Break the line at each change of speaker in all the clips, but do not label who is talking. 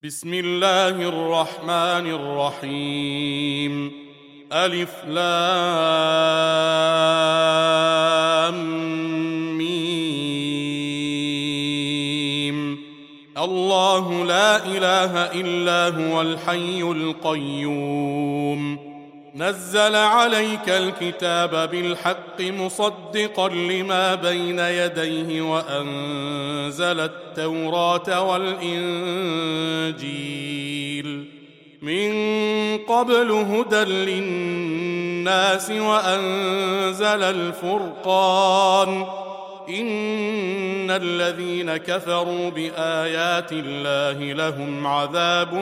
بسم الله الرحمن الرحيم. ألف لام ميم. الله لا إله إلا هو الحي القيوم. نزل عليك الكتاب بالحق مصدقا لما بين يديه وأنزل التوراة والإنجيل من قبل هدى للناس وأنزل الفرقان. إن الذين كفروا بآيات الله لهم عذاب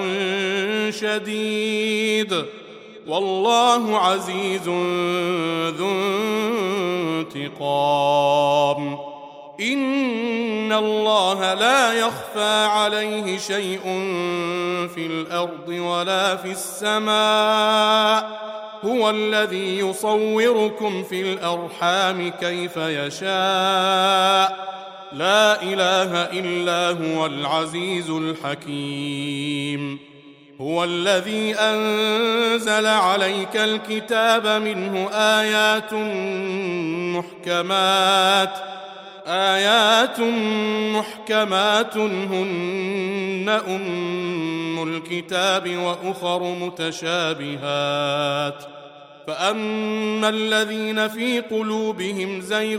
شديد والله عزيز ذو انتقام. إن الله لا يخفى عليه شيء في الأرض ولا في السماء. هو الذي يصوركم في الأرحام كيف يشاء. لا إله إلا هو العزيز الحكيم. هو الذي أنزل عليك الكتاب منه آيات محكمات هن أم الكتاب وأخر متشابهات. فأما الذين في قلوبهم زيغ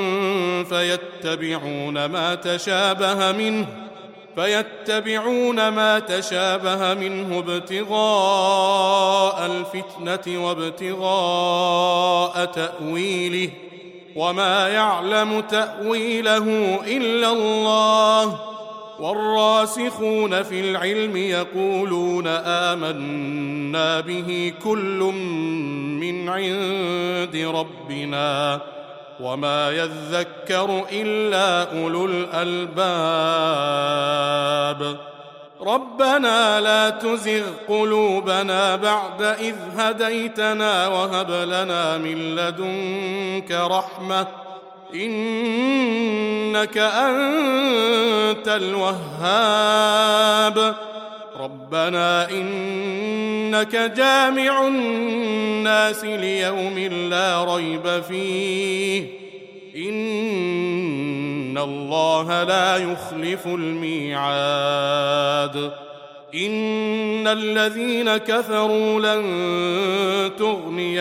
فيتبعون ما تشابه منه ابتغاء الفتنة وابتغاء تأويله وما يعلم تأويله إلا الله. والراسخون في العلم يقولون آمنا به كل من عند ربنا وما يذكر إلا أولو الألباب. ربنا لا تزغ قلوبنا بعد إذ هديتنا وهب لنا من لدنك رحمة إنك أنت الوهاب. ربنا إنك جامع الناس ليوم لا ريب فيه إن الله لا يخلف الميعاد. إن الذين كفروا لن تغني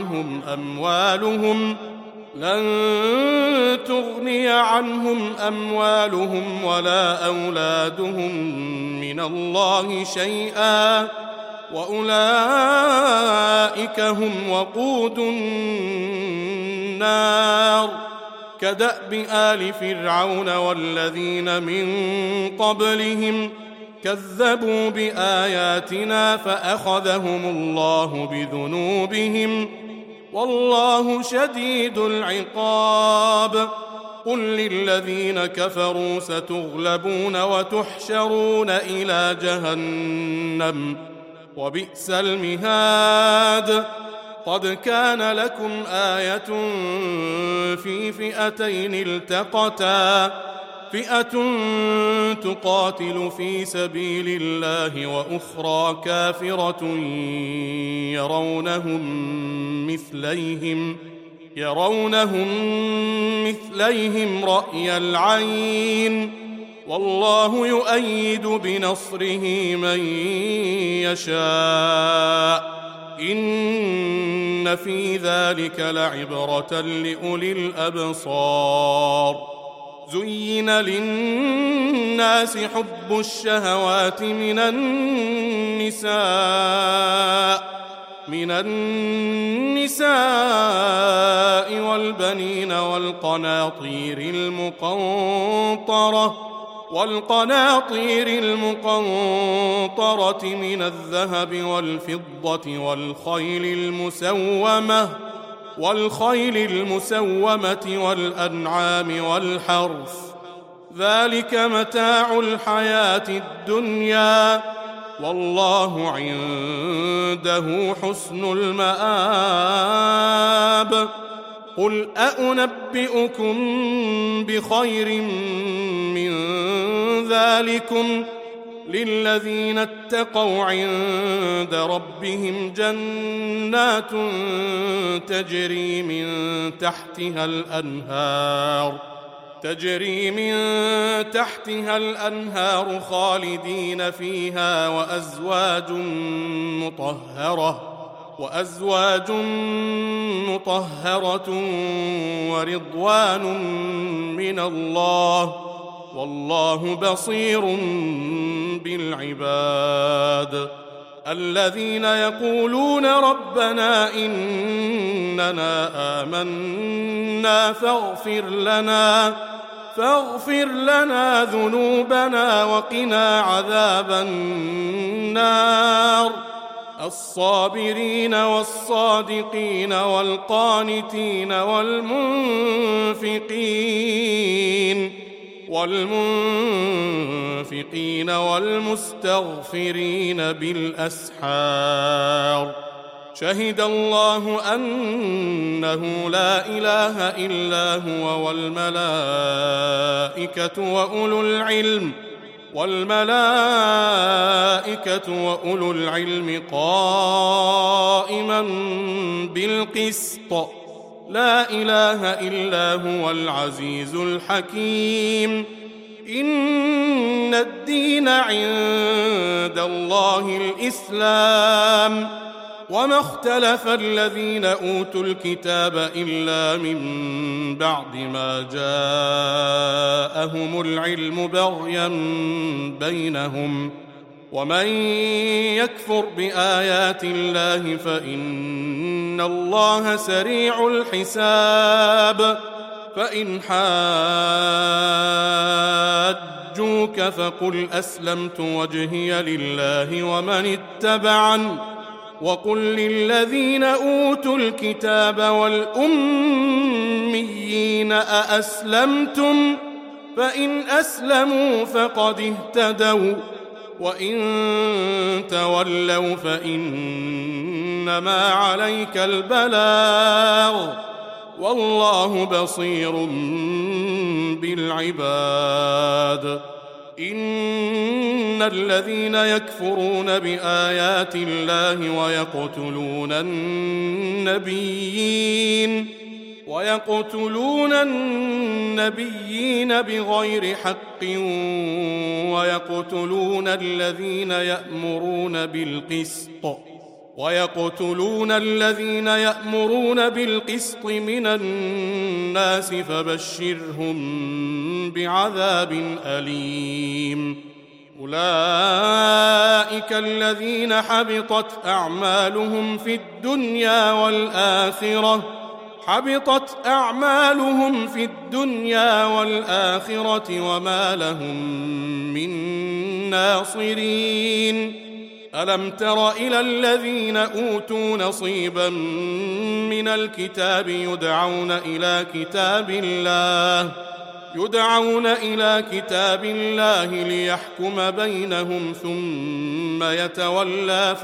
عنهم أموالهم ولا أولادهم من الله شيئا وأولئك هم وقود النار. كدأب آل فرعون والذين من قبلهم كذبوا بآياتنا فأخذهم الله بذنوبهم والله شديد العقاب. قل للذين كفروا ستغلبون وتحشرون إلى جهنم وبئس المهاد. قد كان لكم آية في فئتين التقتا فئة تقاتل في سبيل الله وأخرى كافرة يرونهم مثليهم رأي العين والله يؤيد بنصره من يشاء. إن في ذلك لعبرة لأولي الأبصار. زين للناس حب الشهوات من النساء والبنين والقناطير المقنطرة من الذهب والفضة والخيل المسومة والأنعام والحرث. ذلك متاع الحياة الدنيا والله عنده حسن المآب. قل أأنبئكم بخير من ذلكم للذين اتقوا عند ربهم جنات تجري من تحتها الأنهار خالدين فيها وأزواج مطهرة ورضوان من الله والله بصير بالعباد. الذين يقولون ربنا إننا آمنا فاغفر لنا ذنوبنا وقنا عذاب النار. الصابرين والصادقين والقانتين والمنفقين والمستغفرين بالأسحار. شهد الله أنه لا إله إلا هو والملائكة وأولو العلم قائما بالقسط. لا إله إلا هو العزيز الحكيم. إن الدين عند الله الإسلام وما اختلف الذين أوتوا الكتاب إلا من بعد ما جاءهم العلم بغيا بينهم. ومن يكفر بآيات الله فإن الله سريع الحساب. فإن حاجوك فقل أسلمت وجهي لله ومن اتبعن وقل للذين أوتوا الكتاب والأميين أأسلمتم فإن أسلموا فقد اهتدوا وإن تولوا فإنما عليك البلاغ والله بصير بالعباد. إن الذين يكفرون بآيات الله ويقتلون النبيين بغير حق ويقتلون الذين يأمرون بالقسط من الناس فبشرهم بعذاب أليم. أولئك الذين حبطت أعمالهم في الدنيا والآخرة وما لهم من ناصرين. ألم تر إلى الذين أوتوا نصيبا من الكتاب يدعون إلى كتاب الله ليحكم بينهم ثم يتولى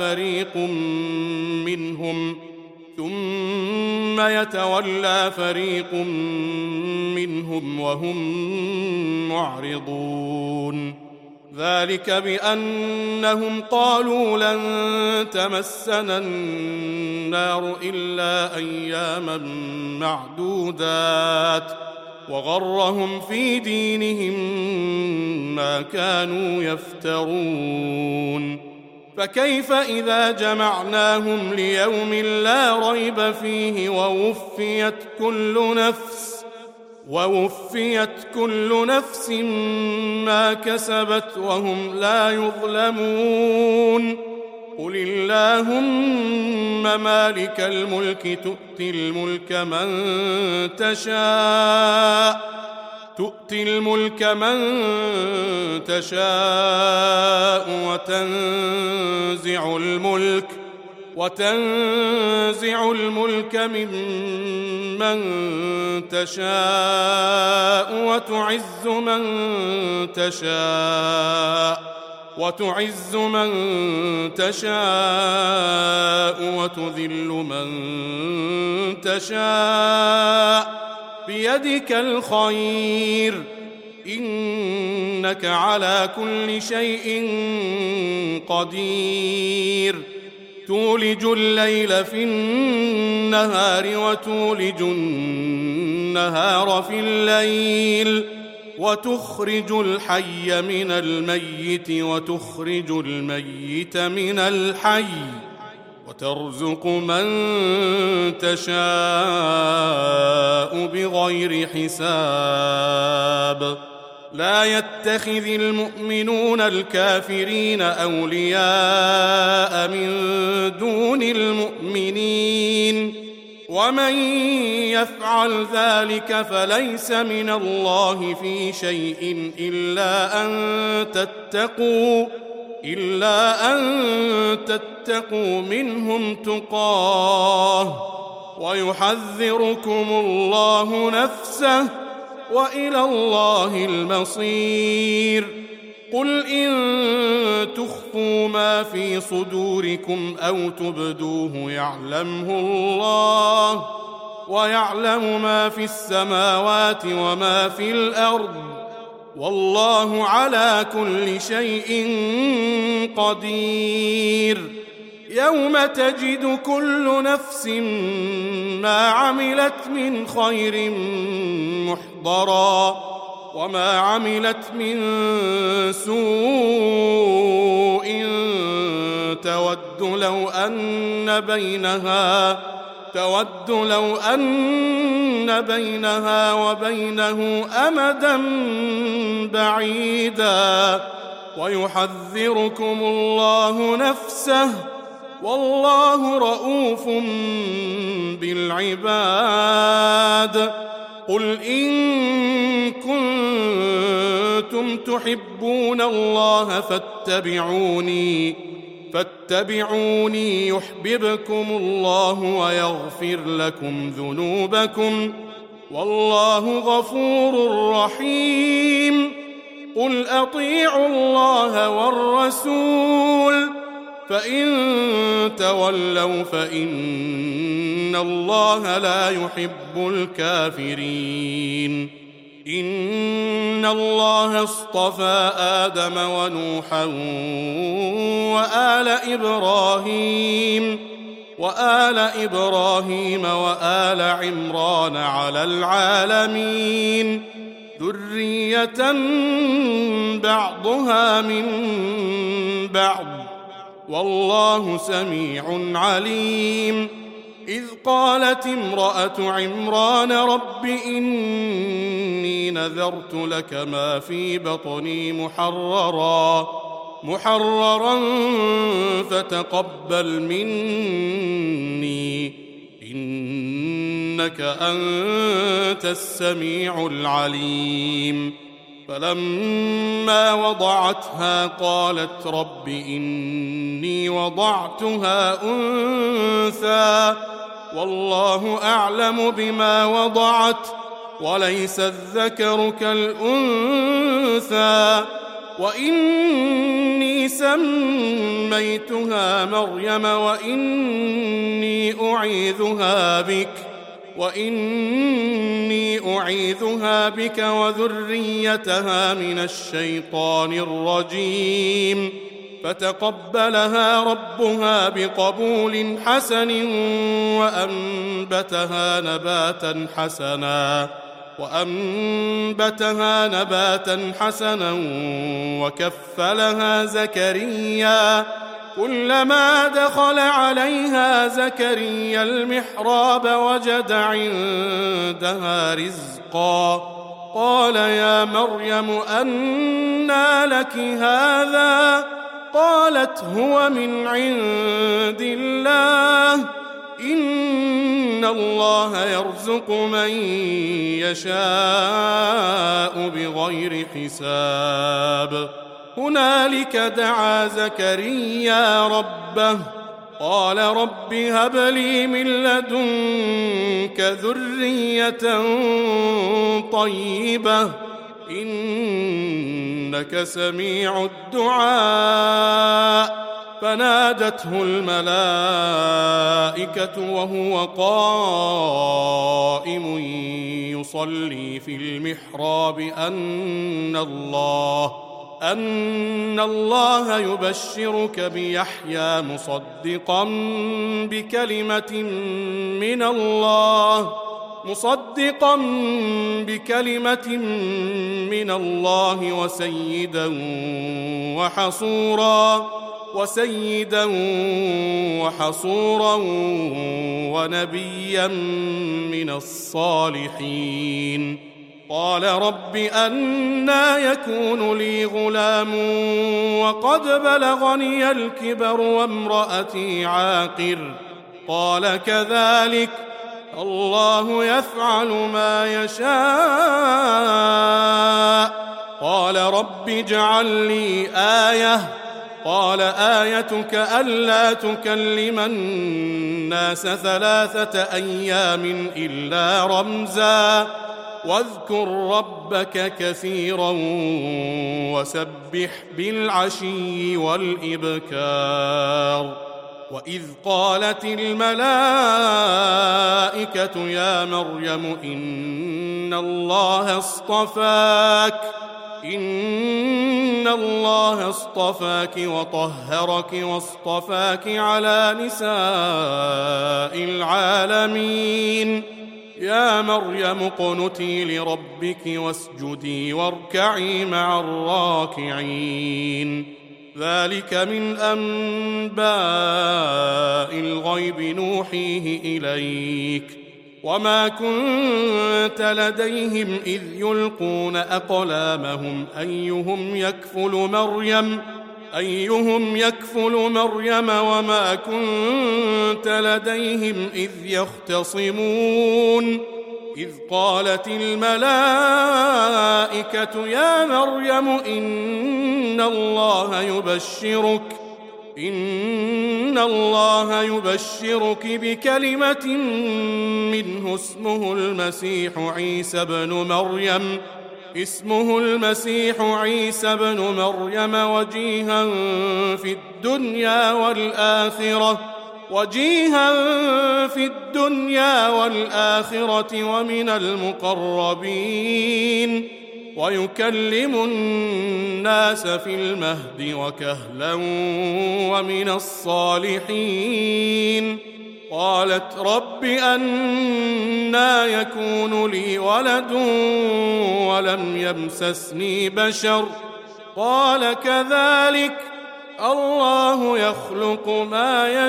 فريق منهم وهم معرضون. ذلك بأنهم قالوا لن تمسنا النار إلا أياما معدودات وغرهم في دينهم ما كانوا يفترون. فكيف إذا جمعناهم ليوم لا ريب فيه ووفيت كل نفس ما كسبت وهم لا يظلمون. قل اللهم مالك الملك تؤتي الملك من تشاء وتنزع الملك ممن تشاء وتعز من تشاء وتذل من تشاء بيدك الخير إنك على كل شيء قدير تولج الليل في النهار وتولج النهار في الليل وتخرج الحي من الميت وتخرج الميت من الحي وترزق من تشاء بغير حساب لا يتخذ المؤمنون الكافرين أولياء من دون المؤمنين ومن يفعل ذلك فليس من الله في شيء إلا أن تتقوا منهم تقاه ويحذركم الله نفسه وإلى الله المصير قل إن تخفوا ما في صدوركم أو تبدوه يعلمه الله ويعلم ما في السماوات وما في الأرض والله على كل شيء قدير يوم تجد كل نفس ما عملت من خير محضرا وما عملت من سوء تود لو أن بينها وبينه أمدا بعيدا ويحذركم الله نفسه والله رؤوف بالعباد قل إن كنتم تحبون الله فاتبعوني يحببكم الله ويغفر لكم ذنوبكم والله غفور رحيم قل أطيعوا الله والرسول فإن تولوا فإن الله لا يحب الكافرين إن الله اصطفى آدم ونوحا وآل إبراهيم وآل عمران على العالمين ذرية بعضها من بعض والله سميع عليم إذ قالت امرأة عمران رب إني نذرت لك ما في بطني محررا فتقبل مني إنك أنت السميع العليم فلما وضعتها قالت رب إني وضعتها أنثى والله أعلم بما وضعت وليس الذكر كالأنثى وإني سميتها مريم وإني أعيذها بك وذريتها من الشيطان الرجيم فتقبلها ربها بقبول حسن وأنبتها نباتا حسنا وكفلها زكريا كلما دخل عليها زكريا المحراب وجد عندها رزقا قال يا مريم أنى لك هذا قالت هو من عند الله إن الله يرزق من يشاء بغير حساب هنالك دعا زكريا ربه قال رب هب لي من لدنك ذرية طيبة إنك سميع الدعاء فنادته الملائكة وهو قائم يصلي في المحراب أن الله يبشرك بيحيى مصدقا بكلمة من الله وسيدا وحصورا ونبيا من الصالحين. قال رب أنى يكون لي غلام وقد بلغني الكبر وامرأتي عاقر؟ قال كذلك الله يفعل ما يشاء. قال رب اجعل لي آية. قال آيتك ألا تكلم الناس 3 أيام إلا رمزا واذكر ربك كثيرا وسبح بالعشي والإبكار. وإذ قالت الملائكة يا مريم إن الله اصطفاك وطهرك واصطفاك على نساء العالمين. يا مريم اقنتي لربك واسجدي واركعي مع الراكعين. ذلك من أنباء الغيب نوحيه إليك وما كنت لديهم إذ يلقون أقلامهم أيهم يكفل مريم وما كنت لديهم إذ يختصمون. إذ قالت الملائكة يا مريم إن الله يبشرك بكلمة منه اسمه المسيح عيسى بن مريم وجيها في الدنيا والآخرة ومن المقربين ويكلم الناس في المهد وكهلا ومن الصالحين. قالت رب أنى يكون لي ولد ولم يمسسني بشر؟ قال كذلك الله يخلق ما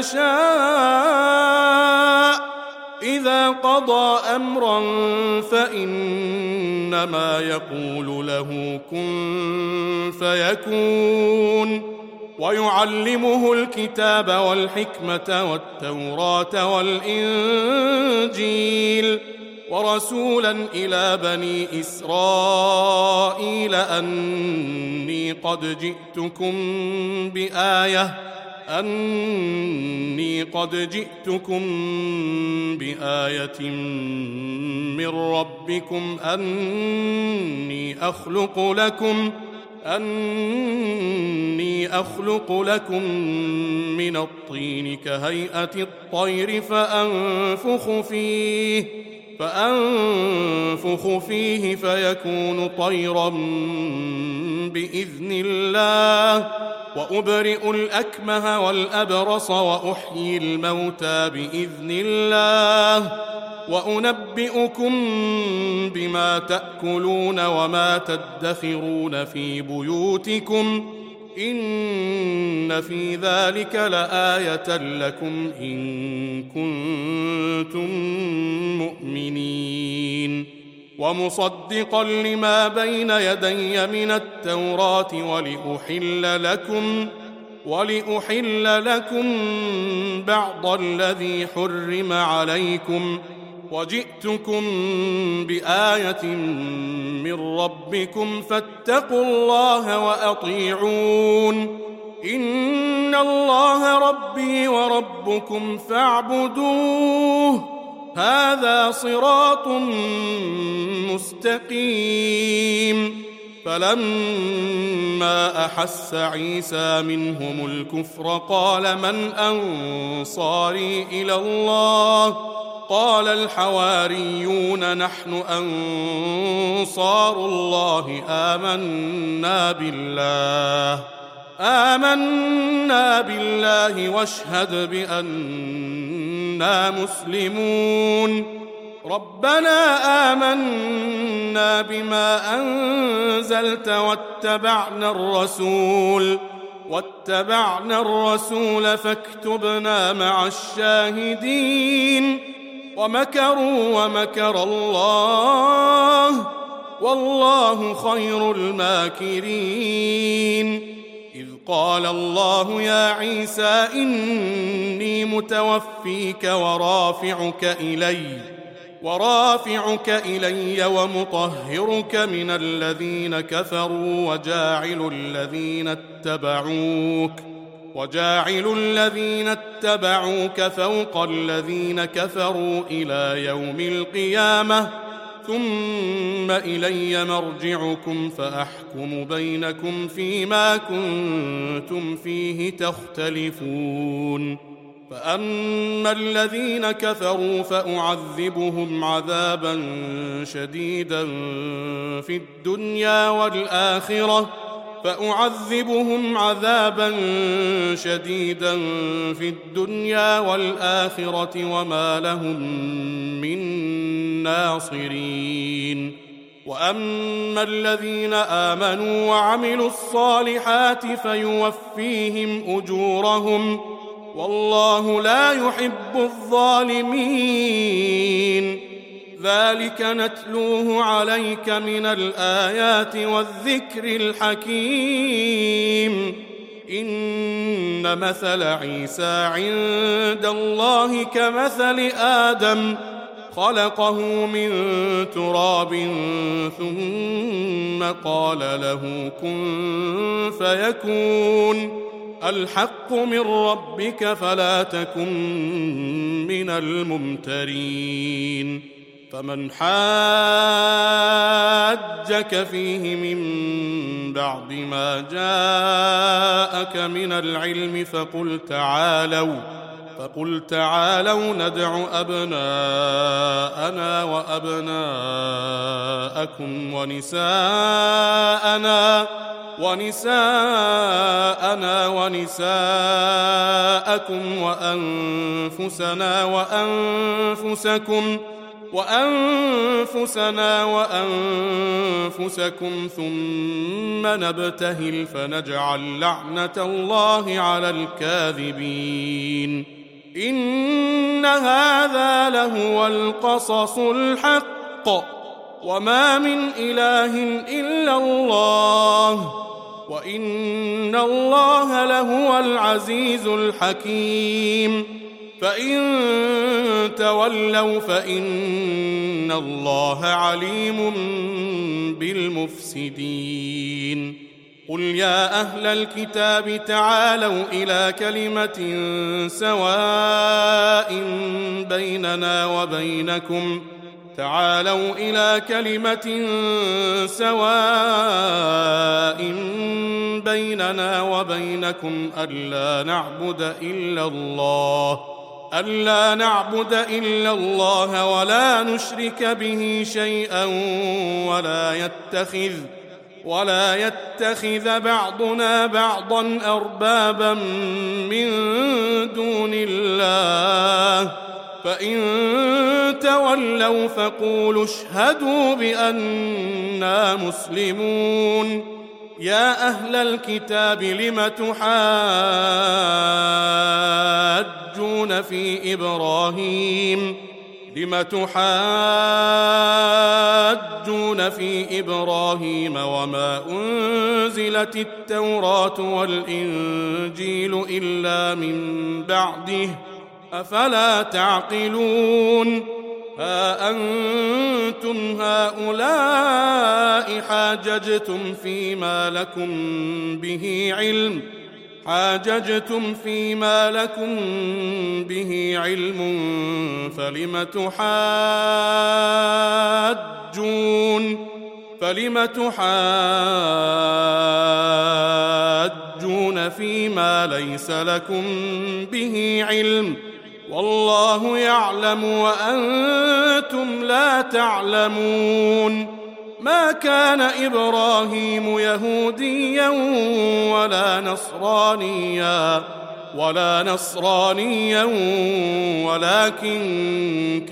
يشاء إذا قضى أمرا فإنما يقول له كن فيكون. ويعلمه الكتاب والحكمة والتوراة والإنجيل ورسولا إلى بني إسرائيل أني قد جئتكم بآية من ربكم أني أخلق لكم من الطين كهيئة الطير فأنفخ فيه فيكون طيرا بإذن الله وأبرئ الأكمه والأبرص وأحيي الموتى بإذن الله وأنبئكم بما تأكلون وما تدخرون في بيوتكم إن في ذلك لآية لكم إن كنتم مؤمنين. ومصدقا لما بين يدي من التوراة ولأحل لكم بعض الذي حرم عليكم وجئتكم بآية من ربكم فاتقوا الله وأطيعون إن الله ربي وربكم فاعبدوه هذا صراط مستقيم. فلما أحس عيسى منهم الكفر قال من أنصاري إلى الله قال الحواريون نحن أنصار الله آمنا بالله واشهد بأننا مسلمون ربنا آمنا بما أنزلت واتبعنا الرسول فاكتبنا مع الشاهدين ومكروا ومكر الله والله خير الماكرين إذ قال الله يا عيسى إني متوفيك ورافعك إلي ومطهرك من الذين كفروا وجاعل الذين اتبعوك فوق الذين كفروا إلى يوم القيامة ثم إلي مرجعكم فأحكم بينكم فيما كنتم فيه تختلفون فأما الذين كفروا فأعذبهم عذابا شديدا في الدنيا والآخرة وما لهم من ناصرين وأما الذين آمنوا وعملوا الصالحات فيوفيهم أجورهم والله لا يحب الظالمين ذلك نتلوه عليك من الآيات والذكر الحكيم إن مثل عيسى عند الله كمثل آدم خلقه من تراب ثم قال له كن فيكون الحق من ربك فلا تكن من الممترين فمن حاجك فيه من بعد ما جاءك من العلم فقل تعالوا ندع أبناءنا وأبناءكم ونساءنا ونساءكم وأنفسنا وأنفسكم ثم نبتهل فنجعل لعنة الله على الكاذبين إن هذا لهو القصص الحق وما من إله إلا الله وإن الله لهو العزيز الحكيم فإن تولوا فإن الله عليم بالمفسدين قل يا أهل الكتاب تعالوا إلى كلمة سواء بيننا وبينكم ألا نعبد إلا الله ولا نشرك به شيئا ولا يتخذ بعضنا بعضا أربابا من دون الله فإن تولوا فقولوا اشهدوا بأننا مسلمون يا أهل الكتاب لم تحاجون في إبراهيم وما أنزلت التوراة والإنجيل إلا من بعده أفلا تعقلون ها أنتم هؤلاء حاججتم فيما لكم به علم فلم تحاجون فيما ليس لكم به علم والله يعلم وأنتم لا تعلمون ما كان إبراهيم يهوديا ولا نصرانيا ولكن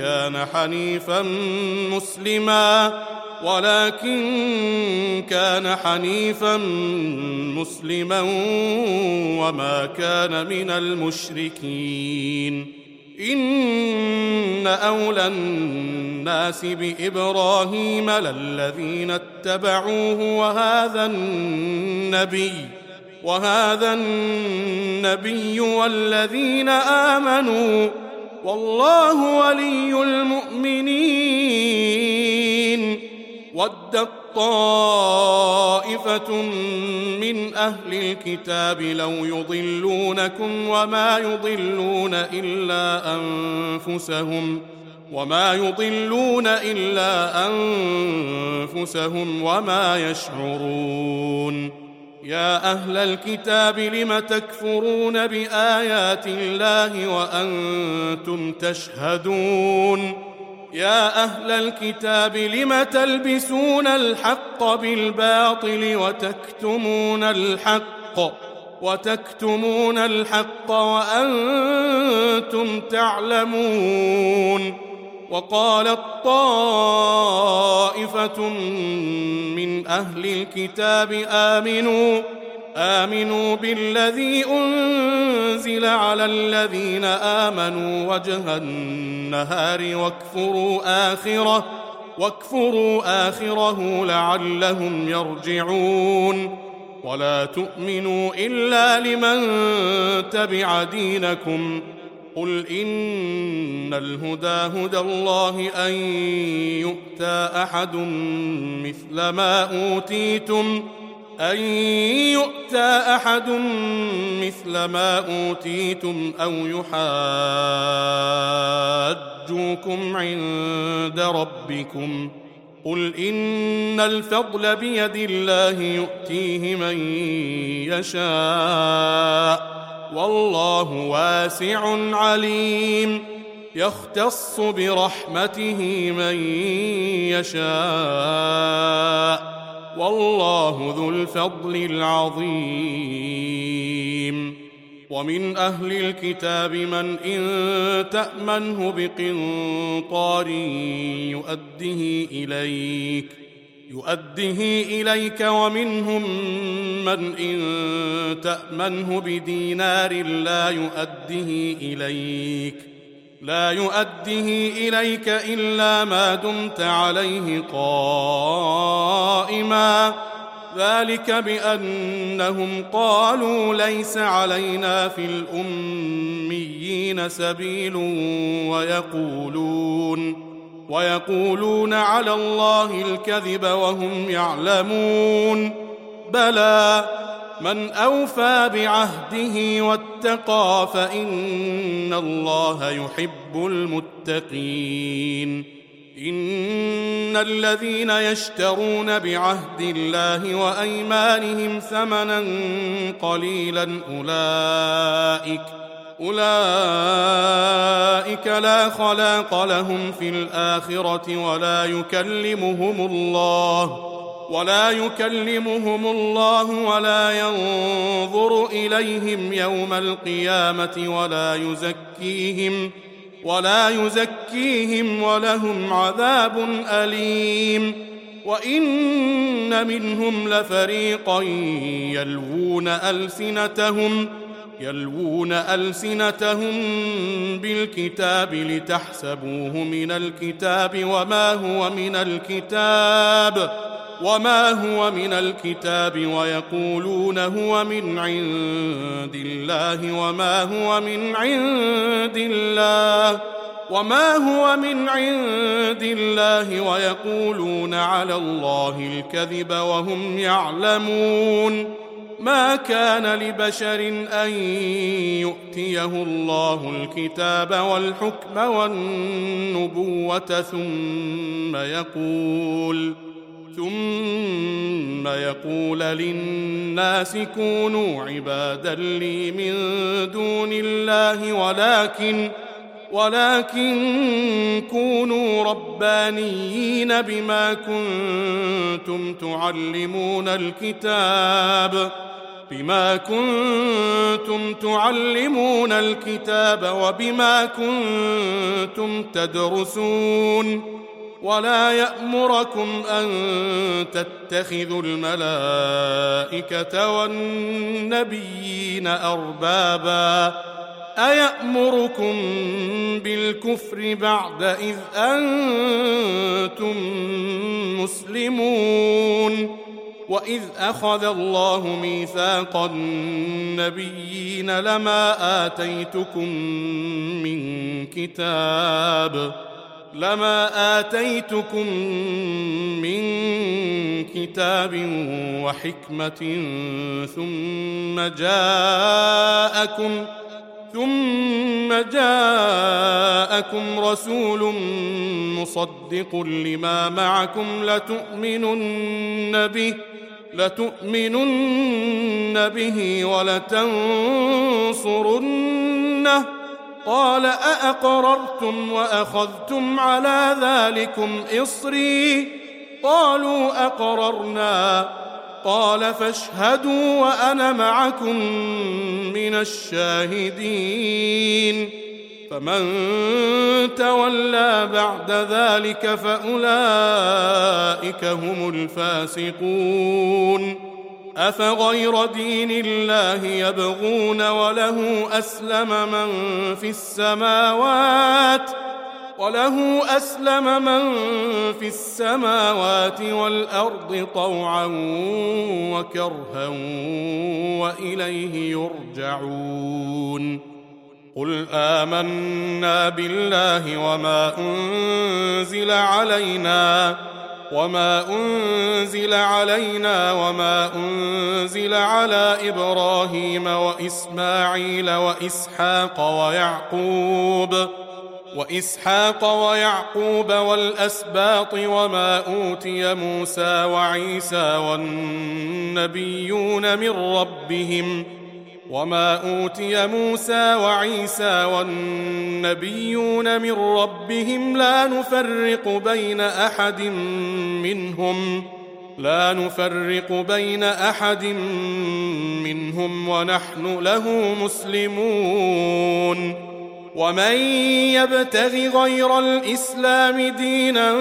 كان حنيفا مسلما وما كان من المشركين إن أولى الناس بإبراهيم للذين اتبعوه وهذا النبي والذين آمنوا والله ولي المؤمنين ودت طائفة من أهل الكتاب لو يضلونكم وما يضلون إلا أنفسهم وما يشعرون يا أهل الكتاب لم تكفرون بآيات الله وأنتم تشهدون يا أهل الكتاب لم تلبسون الحق بالباطل وتكتمون الحق وأنتم تعلمون وقالت طائفة من أهل الكتاب آمنوا بالذي أنزل على الذين آمنوا وجه النهار واكفروا آخره لعلهم يرجعون ولا تؤمنوا إلا لمن تبع دينكم قل إن الهدى هدى الله أن يؤتى أحد مثل ما أوتيتم أو يحاجوكم عند ربكم قل إن الفضل بيد الله يؤتيه من يشاء والله واسع عليم يختص برحمته من يشاء والله ذو الفضل العظيم ومن أهل الكتاب من إن تأمنه بقنطار يؤده إليك ومنهم من إن تأمنه بدينار لا يؤده إليك إلا ما دمت عليه قائما ذلك بأنهم قالوا ليس علينا في الأميين سبيل ويقولون على الله الكذب وهم يعلمون بلى من أوفى بعهده واتقى فإن الله يحب المتقين إن الذين يشترون بعهد الله وأيمانهم ثمنا قليلا أولئك لا خلاق لهم في الآخرة ولا يكلمهم الله ولا ينظر إليهم يوم القيامة ولا يزكيهم ولهم عذاب أليم وإن منهم لفريقا يلوون ألسنتهم بالكتاب لتحسبوه من الكتاب وما هو من الكتاب ويقولون هو من عند الله ويقولون على الله الكذب وهم يعلمون ما كان لبشر أن يؤتيه الله الكتاب والحكم والنبوة ثم يقول للناس كونوا عبادا لي من دون الله ولكن كونوا ربانيين بما كنتم تعلمون الكتاب وبما كنتم تدرسون ولا يأمركم أن تتخذوا الملائكة والنبيين أربابا أيأمركم بالكفر بعد إذ أنتم مسلمون وإذ أخذ الله ميثاق النبيين لما آتيتكم من كتاب وحكمة ثم جاءكم رسول مصدق لما معكم لتؤمنن به ولتنصرنه قال أأقررتم وأخذتم على ذلكم إصري قالوا أقررنا قال فاشهدوا وأنا معكم من الشاهدين فمن تولى بعد ذلك فأولئك هم الفاسقون أفغير دين الله يبغون وله أسلم من في السماوات والأرض طوعا وكرها وإليه يرجعون قل آمنا بالله وما أنزل علينا وما أنزل على إبراهيم وإسماعيل وإسحاق ويعقوب والأسباط وما أوتي موسى وعيسى والنبيون من ربهم لا نفرق بين أحد منهم ونحن له مسلمون ومن يبتغ غير الإسلام دينا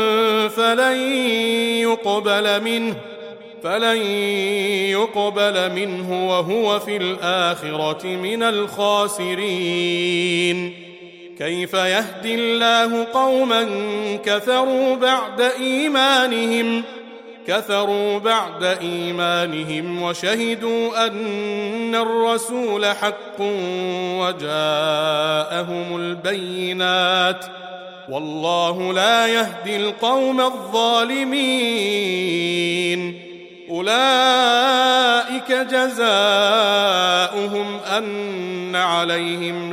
فلن يقبل منه وهو في الآخرة من الخاسرين كيف يهدي الله قوما كفروا بعد إيمانهم وشهدوا أن الرسول حق وجاءهم البينات والله لا يهدي القوم الظالمين أولئك جزاؤهم أن عليهم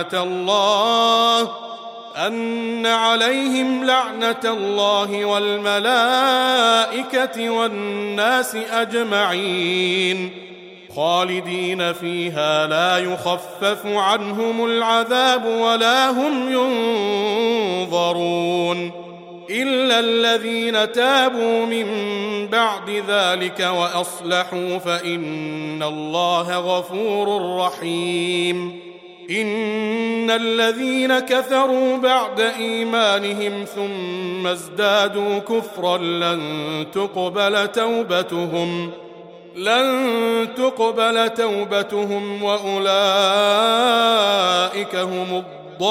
لعنة الله والملائكة والناس أجمعين خالدين فيها لا يخفف عنهم العذاب ولا هم ينظرون إلا الذين تابوا من بعد ذلك وأصلحوا فإن الله غفور رحيم إن الذين كفروا بعد إيمانهم ثم ازدادوا كفرا لن تقبل توبتهم وأولئك هم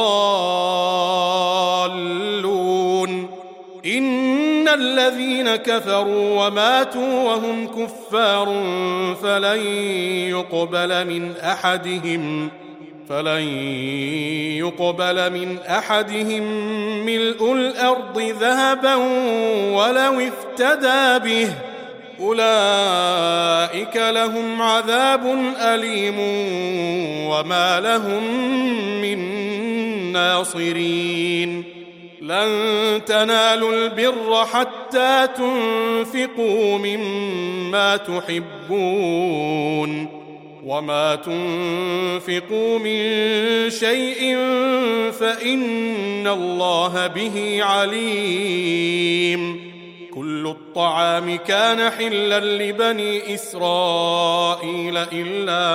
الضالون إن الذين كفروا وماتوا وهم كفار فلن يقبل من أحدهم ملء الأرض ذهبا ولو افتدى به أولئك لهم عذاب أليم وما لهم من ناصرين لن تنالوا البر حتى تنفقوا مما تحبون وما تنفقوا من شيء فإن الله به عليم. كل الطعام كان حلا لبني إسرائيل إلا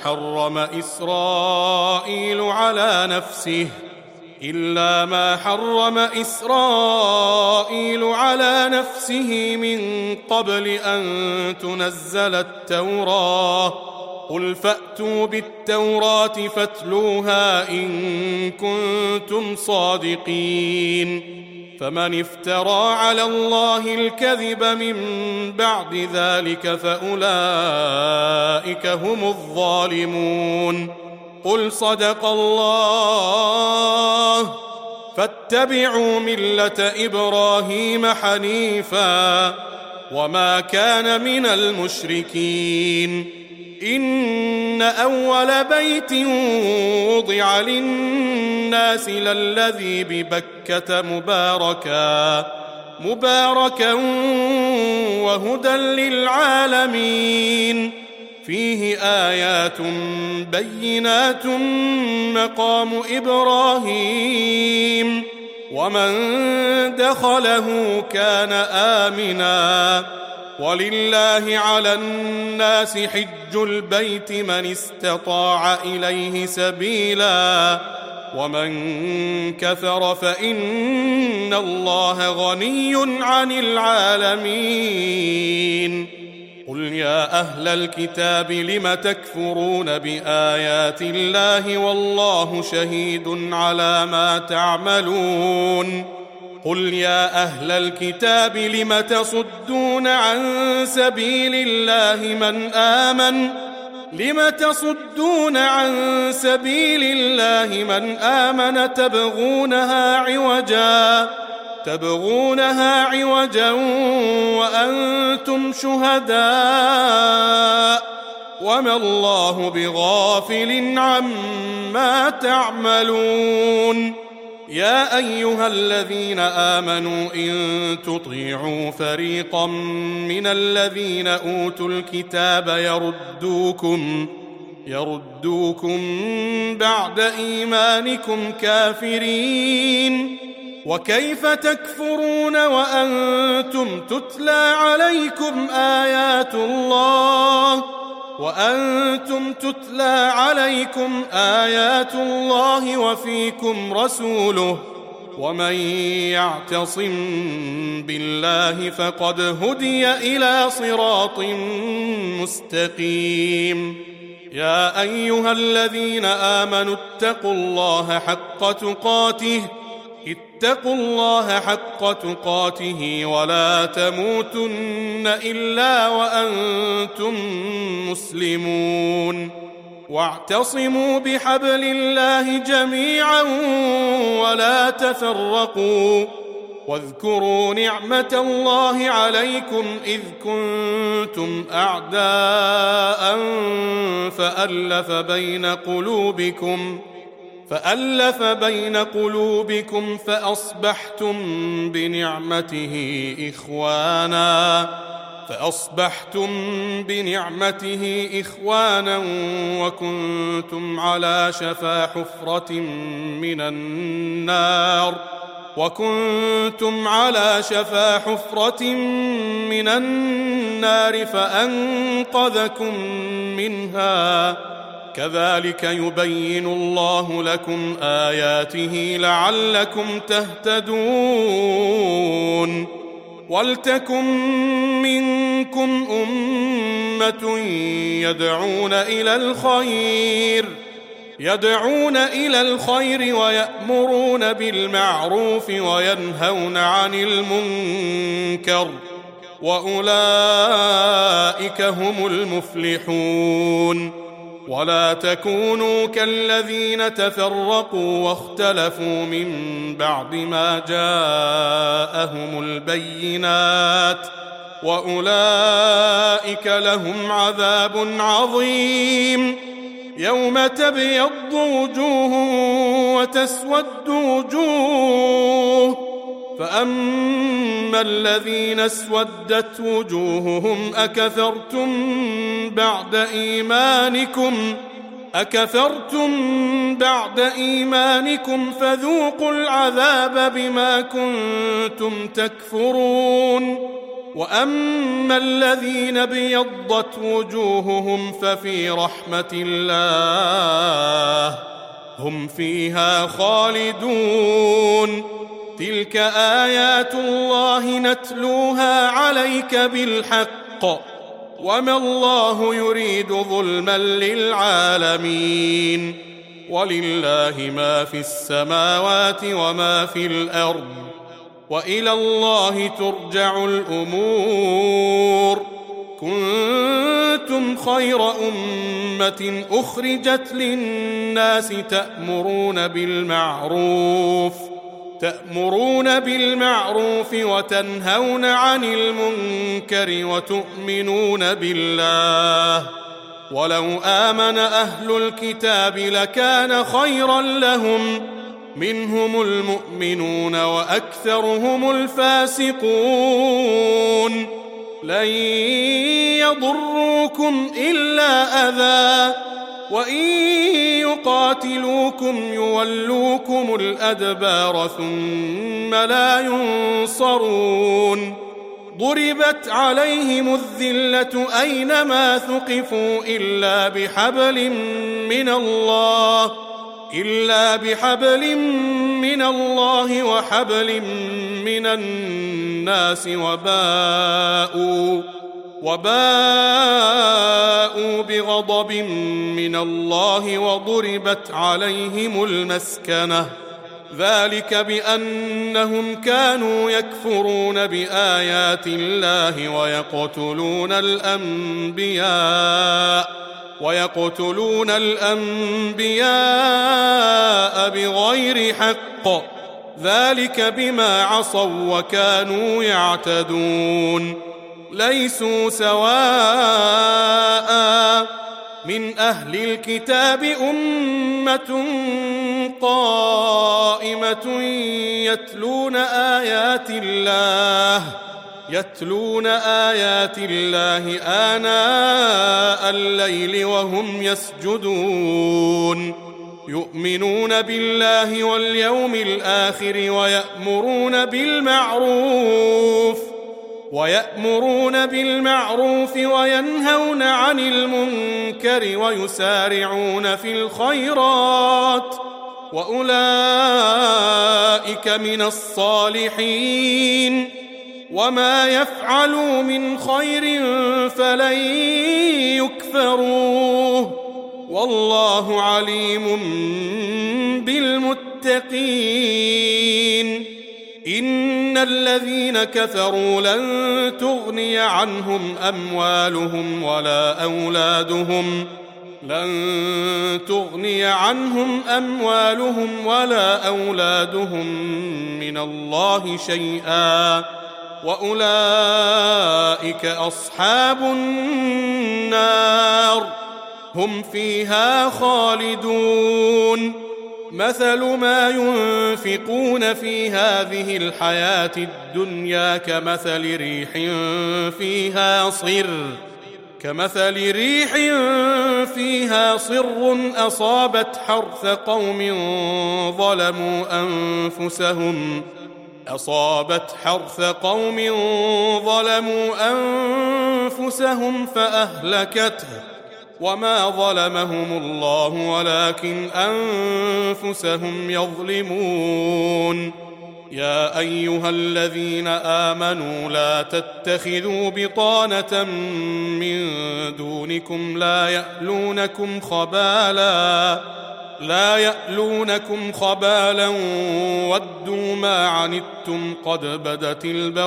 ما حرم إسرائيل على نفسه من قبل أن تنزل التوراة. قل فأتوا بالتوراة فاتلوها إن كنتم صادقين. فمن افترى على الله الكذب من بعد ذلك فأولئك هم الظالمون. قل صدق الله فاتبعوا ملة إبراهيم حنيفا وما كان من المشركين. إن أول بيت وضع للناس للذي ببكة مباركا وهدى للعالمين. فيه آيات بينات مقام إبراهيم ومن دخله كان آمنا. ولله على الناس حج البيت من استطاع إليه سبيلا ومن كفر فإن الله غني عن العالمين. قل يا أهل الكتاب لم تكفرون بآيات الله والله شهيد على ما تعملون. قل يا أهل الكتاب لم تصدون عن سبيل الله من آمن تبغونها عوجا وأنتم شهداء وما الله بغافل عما تعملون. يا أيها الذين آمنوا إن تطيعوا فريقا من الذين أوتوا الكتاب يردوكم بعد إيمانكم كافرين. وكيف تكفرون وأنتم تتلى عليكم آيات الله وفيكم رسوله ومن يعتصم بالله فقد هدي إلى صراط مستقيم. يا أيها الذين آمنوا اتقوا الله حق تقاته ولا تموتن إلا وأنتم مسلمون. واعتصموا بحبل الله جميعا ولا تفرقوا. واذكروا نعمة الله عليكم إذ كنتم أعداء فألف بين قلوبكم فأصبحتم بنعمته إخوانا وكنتم على شفا حفرة من النار فأنقذكم منها. كذلك يبين الله لكم آياته لعلكم تهتدون. ولتكن منكم أمة يدعون إلى الخير ويأمرون بالمعروف وينهون عن المنكر وأولئك هم المفلحون. ولا تكونوا كالذين تفرقوا واختلفوا من بعد ما جاءهم البينات وأولئك لهم عذاب عظيم. يوم تبيض وجوه وتسود وجوه، فأما الذين اسودت وجوههم أكفرتم بعد إيمانكم فذوقوا العذاب بما كنتم تكفرون. وأما الذين ابيضت وجوههم ففي رحمة الله هم فيها خالدون. تلك آيات الله نتلوها عليك بالحق، وما الله يريد ظلما للعالمين، ولله ما في السماوات وما في الأرض، وإلى الله ترجع الأمور. كنتم خير أمة أخرجت للناس تأمرون بالمعروف وتنهون عن المنكر وتؤمنون بالله. ولو آمن أهل الكتاب لكان خيرا لهم، منهم المؤمنون وأكثرهم الفاسقون. لن يضروكم إلا أذى، وإن يقاتلوكم يولوكم الأدبار ثم لا ينصرون. ضربت عليهم الذلة أينما ثقفوا إلا بحبل من الله وحبل من الناس، وباءوا بغضب من الله وضربت عليهم المسكنة. ذلك بأنهم كانوا يكفرون بآيات الله ويقتلون الأنبياء بغير حق، ذلك بما عصوا وكانوا يعتدون. ليسوا سواء، من أهل الكتاب أمة قائمة يتلون آيات الله آناء الليل وهم يسجدون، يؤمنون بالله واليوم الآخر ويأمرون بالمعروف وينهون عن المنكر ويسارعون في الخيرات، وأولئك من الصالحين. وما يفعلوا من خير فلن يكفروه، والله عليم بالمتقين. إن الذين كفروا لن تغني عنهم أموالهم ولا أولادهم من الله شيئا، وأولئك أصحاب النار هم فيها خالدون. مثل ما ينفقون في هذه الحياة الدنيا كمثل ريح فيها صر أصابت حرث قوم ظلموا أنفسهم فأهلكته، وما ظلمهم الله ولكن أنفسهم يظلمون. يا أيها الذين آمنوا لا تتخذوا بطانة من دونكم لا يألونكم خبالا ودوا ما عنتم قد بدت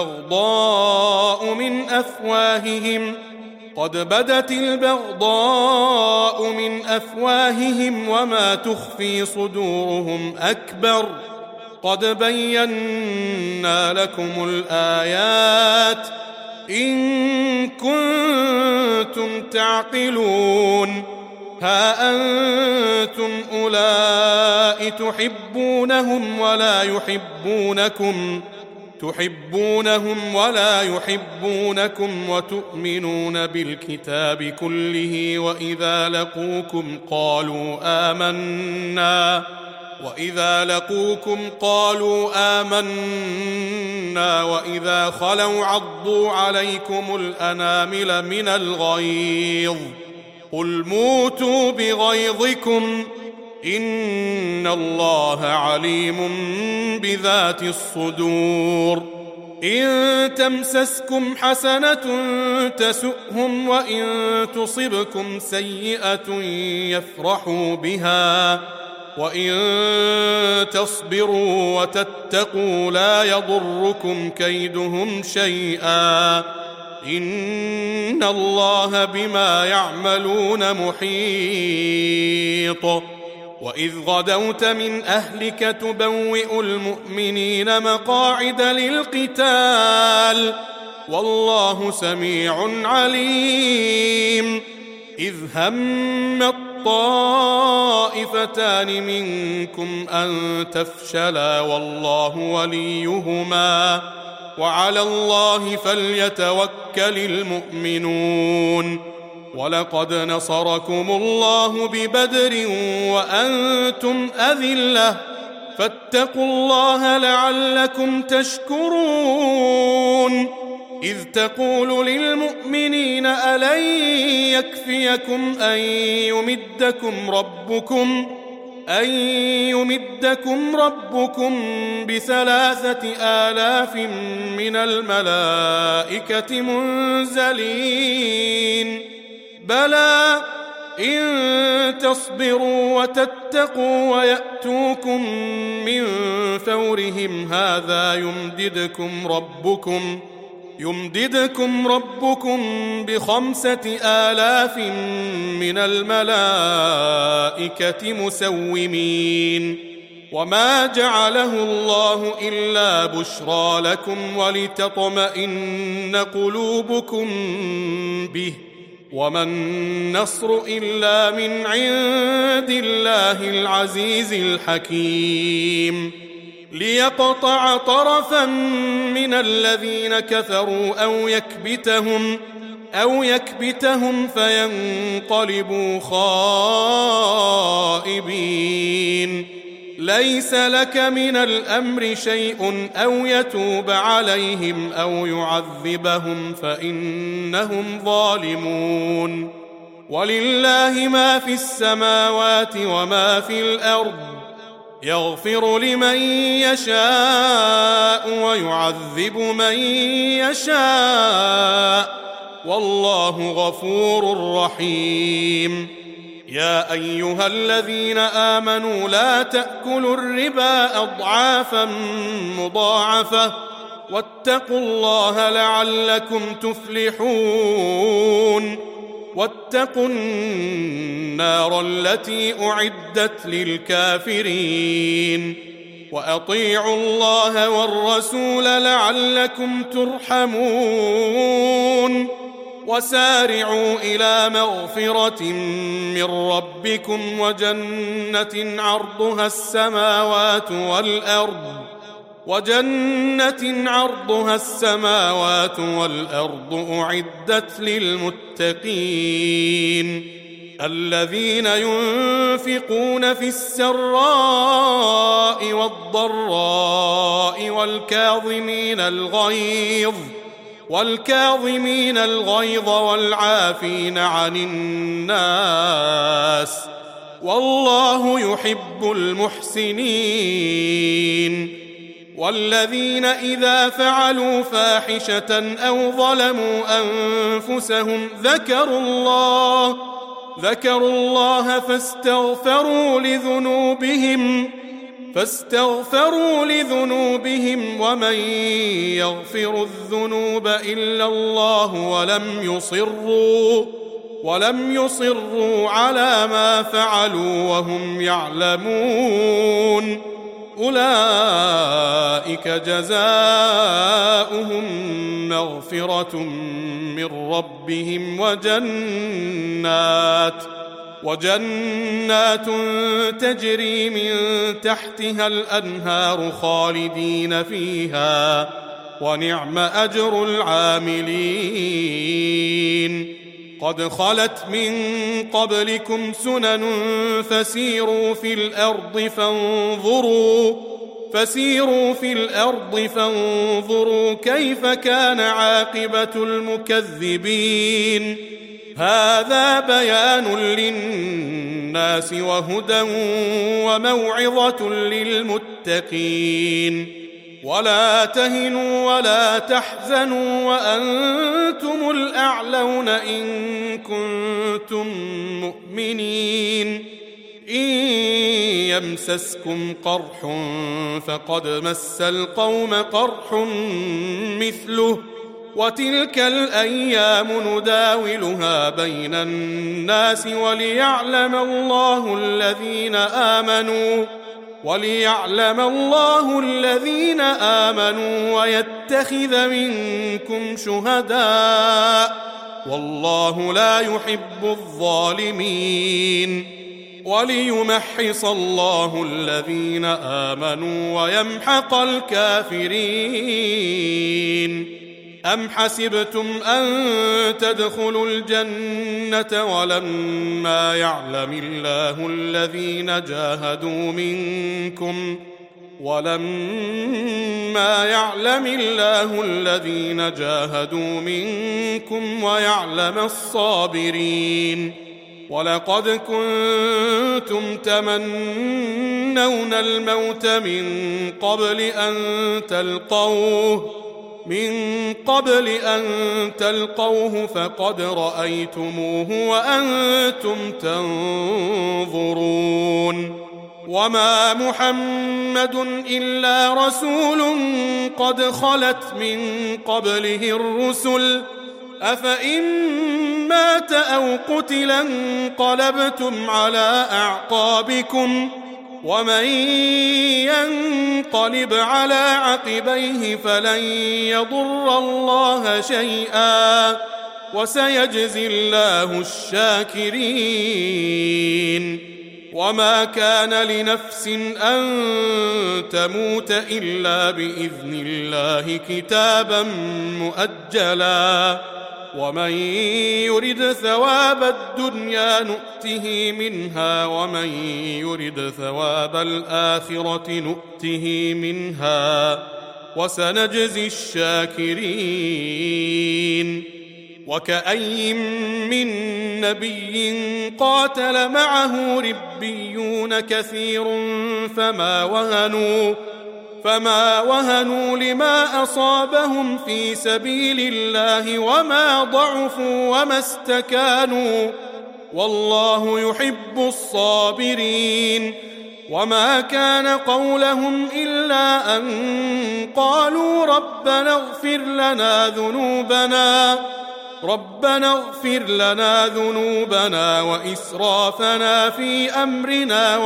البغضاء من أفواههم وما تخفي صدورهم أكبر. قد بينا لكم الآيات إن كنتم تعقلون. ها أنتم أولئك تحبونهم ولا يحبونكم وتؤمنون بالكتاب كله وإذا لقوكم قالوا آمنا وإذا خلوا عضوا عليكم الأنامل من الغيظ قل موتوا بغيظكم إن الله عليم بذات الصدور إن تمسسكم حسنة تسؤهم وإن تصبكم سيئة يفرحوا بها وإن تصبروا وتتقوا لا يضركم كيدهم شيئا إن الله بما يعملون محيط وإذ غدوت من أهلك تبوئ المؤمنين مقاعد للقتال والله سميع عليم إذ هم الطائفتان منكم أن تفشلا والله وليهما وعلى الله فليتوكل المؤمنون ولقد نصركم الله ببدر وأنتم أذلة فاتقوا الله لعلكم تشكرون إذ تقول للمؤمنين ألن يكفيكم أن يمدكم ربكم ب3,000 من الملائكة منزلين بلى إن تصبروا وتتقوا ويأتوكم من فورهم هذا يمددكم ربكم ب5,000 من الملائكة مسومين وما جعله الله إلا بشرى لكم ولتطمئن قلوبكم به وما النصر إلا من عند الله العزيز الحكيم ليقطع طرفا من الذين كفروا أو يكبتهم فينقلبوا خائبين ليس لك من الأمر شيء أو يتوب عليهم أو يعذبهم فإنهم ظالمون ولله ما في السماوات وما في الأرض يغفر لمن يشاء ويعذب من يشاء والله غفور رحيم يا أيها الذين آمنوا لا تأكلوا الربا أضعافا مضاعفة واتقوا الله لعلكم تفلحون واتقوا النار التي أعدت للكافرين وأطيعوا الله والرسول لعلكم ترحمون وسارعوا إلى مغفرة من ربكم وجنة عرضها السماوات والأرض أعدت للمتقين الذين ينفقون في السراء والضراء والكاظمين الغيظ والعافين عن الناس والله يحب المحسنين والذين إذا فعلوا فاحشة أو ظلموا أنفسهم ذكروا الله فاستغفروا لذنوبهم ومن يغفر الذنوب إلا الله ولم يصروا على ما فعلوا وهم يعلمون أولئك جزاؤهم مغفرة من ربهم وجنات تجري من تحتها الأنهار خالدين فيها ونعم أجر العاملين. قد خلت من قبلكم سنن فسيروا في الأرض فانظروا كيف كان عاقبة المكذبين. هذا بيان للناس وهدى وموعظة للمتقين. ولا تهنوا ولا تحزنوا وأنتم الأعلون إن كنتم مؤمنين. إن يمسسكم قرح فقد مس القوم قرح مثله وتلك الأيام نداولها بين الناس وليعلم الله الذين آمنوا ويتخذ منكم شهداء والله لا يحب الظالمين. وليمحص الله الذين آمنوا ويمحق الكافرين. أم حسبتم أن تدخلوا الجنة ولما يعلم الله الذين جاهدوا منكم ويعلم الصابرين. ولقد كنتم تمنون الموت من قبل أن تلقوه فقد رأيتموه وأنتم تنظرون. وما محمد إلا رسول قد خلت من قبله الرسل أفإن مات أو قتل انقلبتم على أعقابكم ومن ينقلب على عقبيه فلن يضر الله شيئا وسيجزي الله الشاكرين. وما كان لنفس أن تموت إلا بإذن الله كتابا مؤجلا ومن يرد ثواب الدنيا نؤته منها ومن يرد ثواب الآخرة نؤته منها وسنجزي الشاكرين. وكأي من نبي قاتل معه ربيون كثير فما وهنوا لما أصابهم في سبيل الله وما ضعفوا وما استكانوا والله يحب الصابرين. وما كان قولهم إلا أن قالوا ربنا اغفر لنا ذنوبنا وإسرافنا في أمرنا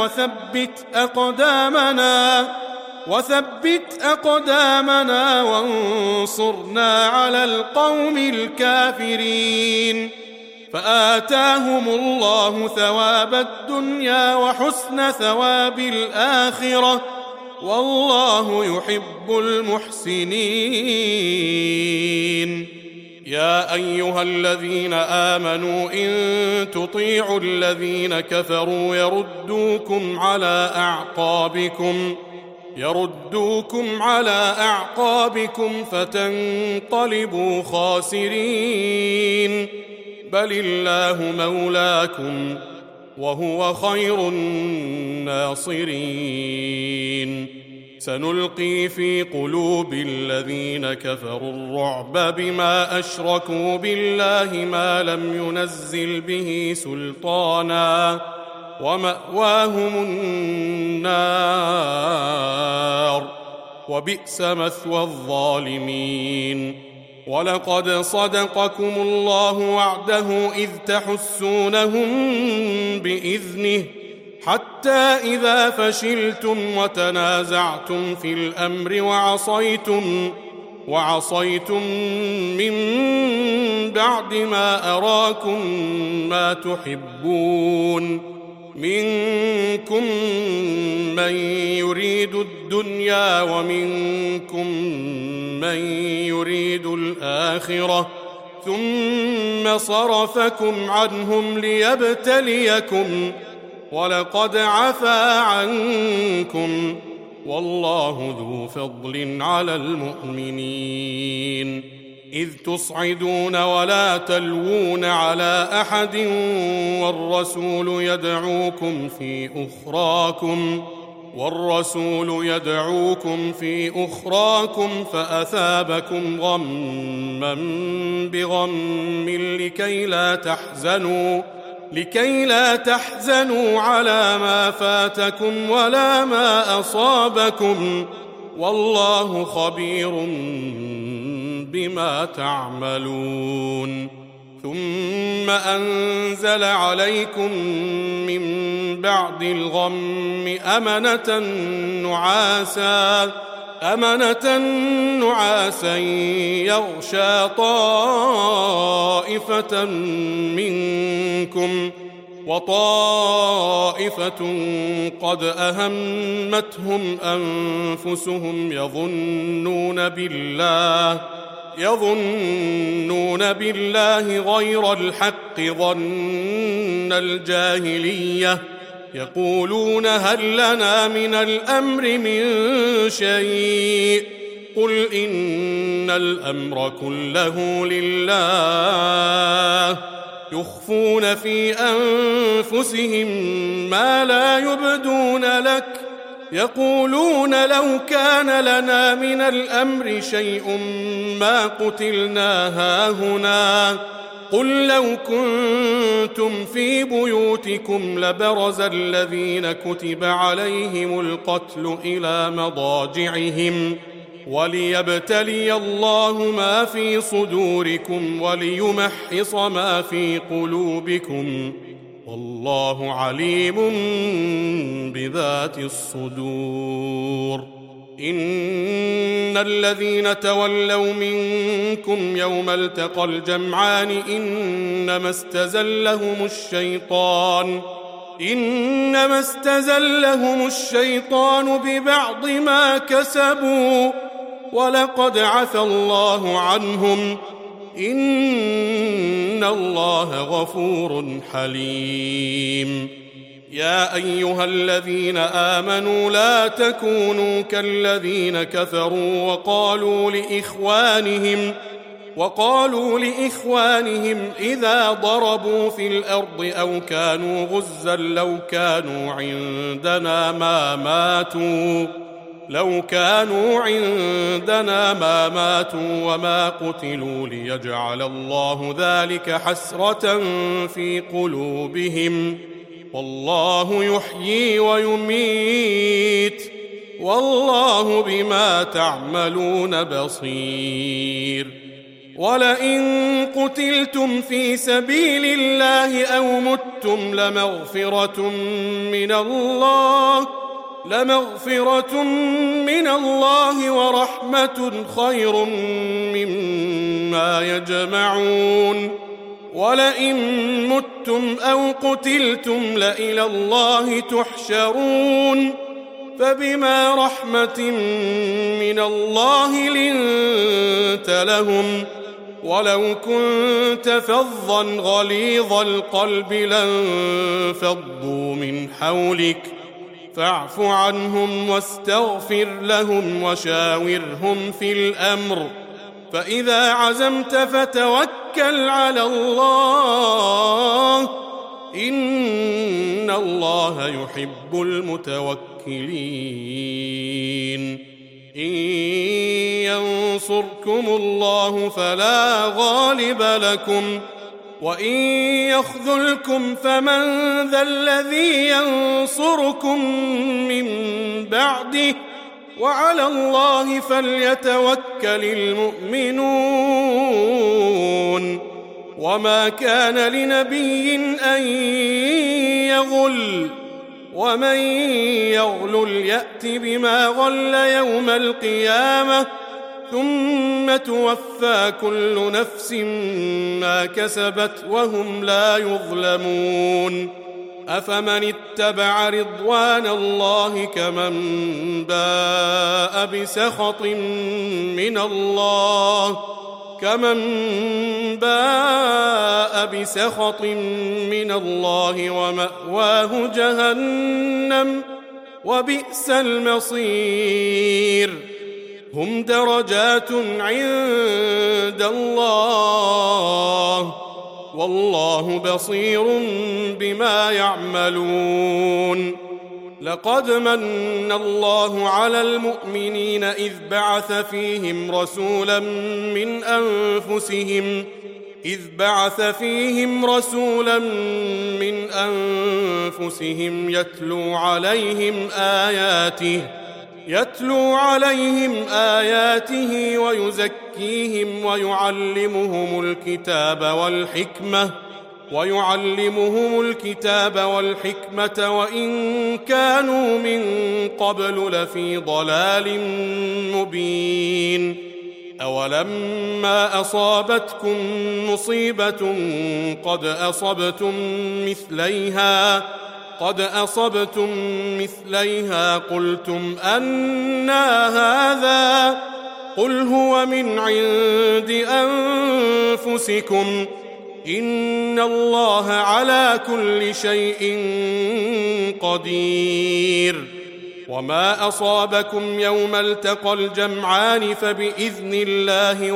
وثبت أقدامنا وانصرنا على القوم الكافرين. فآتاهم الله ثواب الدنيا وحسن ثواب الآخرة والله يحب المحسنين. يا أيها الذين آمنوا إن تطيعوا الذين كفروا يردوكم على أعقابكم فتنقلبوا خاسرين. بل الله مولاكم وهو خير الناصرين. سنلقي في قلوب الذين كفروا الرعب بما أشركوا بالله ما لم ينزل به سلطانا ومأواهم النار وبئس مثوى الظالمين. ولقد صدقكم الله وعده إذ تحسونهم بإذنه حتى إذا فشلتم وتنازعتم في الأمر وعصيتم من بعد ما أراكم ما تحبون منكم من يريد الدنيا ومنكم من يريد الآخرة ثم صرفكم عنهم ليبتليكم ولقد عفا عنكم والله ذو فضل على المؤمنين إذ تصعدون ولا تلوون على أحد والرسول يدعوكم في أخراكم فأثابكم غما بغم لكي لا تحزنوا على ما فاتكم ولا ما أصابكم والله خبير بما تعملون ثم أنزل عليكم من بعد الغم أمنة نعاسا يغشى طائفة منكم وطائفة قد أهمتهم أنفسهم يظنون بالله غير الحق ظن الجاهلية يقولون هل لنا من الأمر من شيء قل إن الأمر كله لله يخفون في أنفسهم ما لا يبدون لك يقولون لو كان لنا من الأمر شيء ما قتلنا هاهنا قل لو كنتم في بيوتكم لبرز الذين كتب عليهم القتل إلى مضاجعهم وليبتلي الله ما في صدوركم وليمحص ما في قلوبكم والله عليم بذات الصدور إن الذين تولوا منكم يوم التقى الجمعان إنما استزلهم الشيطان ببعض ما كسبوا ولقد عفى الله عنهم إن الله غفور حليم يا أيها الذين آمنوا لا تكونوا كالذين كفروا وقالوا لإخوانهم إذا ضربوا في الأرض أو كانوا غزا لو كانوا عندنا ما ماتوا وما قتلوا ليجعل الله ذلك حسرة في قلوبهم والله يحيي ويميت والله بما تعملون بصير ولئن قتلتم في سبيل الله أو متم لمغفرة من الله ورحمة خير مما يجمعون ولئن متم أو قتلتم لإلى الله تحشرون فبما رحمة من الله لنت لهم ولو كنت فظا غليظ القلب لانفضوا من حولك فاعف عنهم واستغفر لهم وشاورهم في الأمر فإذا عزمت فتوكل على الله إن الله يحب المتوكلين إن ينصركم الله فلا غالب لكم وإن يخذلكم فمن ذا الذي ينصركم من بعده وعلى الله فليتوكل المؤمنون وما كان لنبي أن يغل ومن يغلل يأت بما غل يوم القيامة ثم توفى كل نفس ما كسبت وهم لا يظلمون أفمن اتبع رضوان الله كمن باء بسخط من الله ومأواه جهنم وبئس المصير هم درجات عند الله والله بصير بما يعملون لقد من الله على المؤمنين إذ بعث فيهم رسولا من أنفسهم يتلو عليهم آياته ويزكيهم ويعلمهم الكتاب والحكمة وإن كانوا من قبل لفي ضلال مبين أولما أصابتكم مصيبة قد أصبتم مثليها قلتم أنى هذا قل هو من عند أنفسكم إن الله على كل شيء قدير وما أصابكم يوم التقى الجمعان فبإذن الله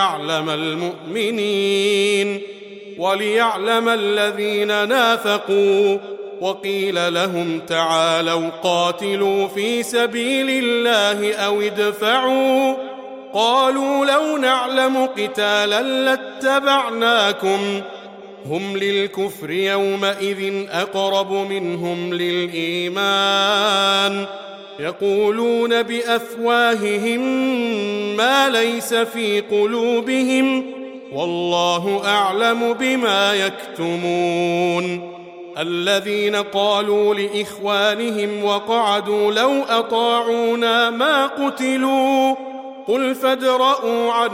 وليعلم الذين نافقوا وقيل لهم تعالوا قاتلوا في سبيل الله أو ادفعوا قالوا لو نعلم قتالا لاتبعناكم هم للكفر يومئذ أقرب منهم للإيمان يقولون بأفواههم ما ليس في قلوبهم والله أعلم بما يكتمون الذين قالوا لإخوانهم وقعدوا لو أطاعونا ما قتلوا قل فادرءوا عن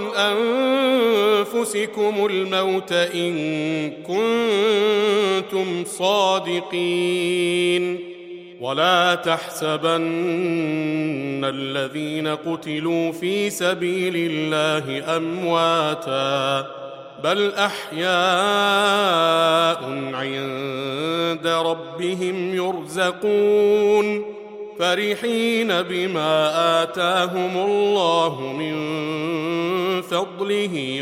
أنفسكم الموت إن كنتم صادقين ولا تحسبن الذين قتلوا في سبيل الله أمواتا بل أحياء عند ربهم يرزقون فرحين بما آتاهم الله من فضله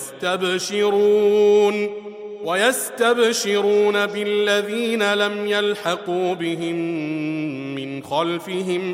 ويستبشرون بالذين لم يلحقوا بهم من خلفهم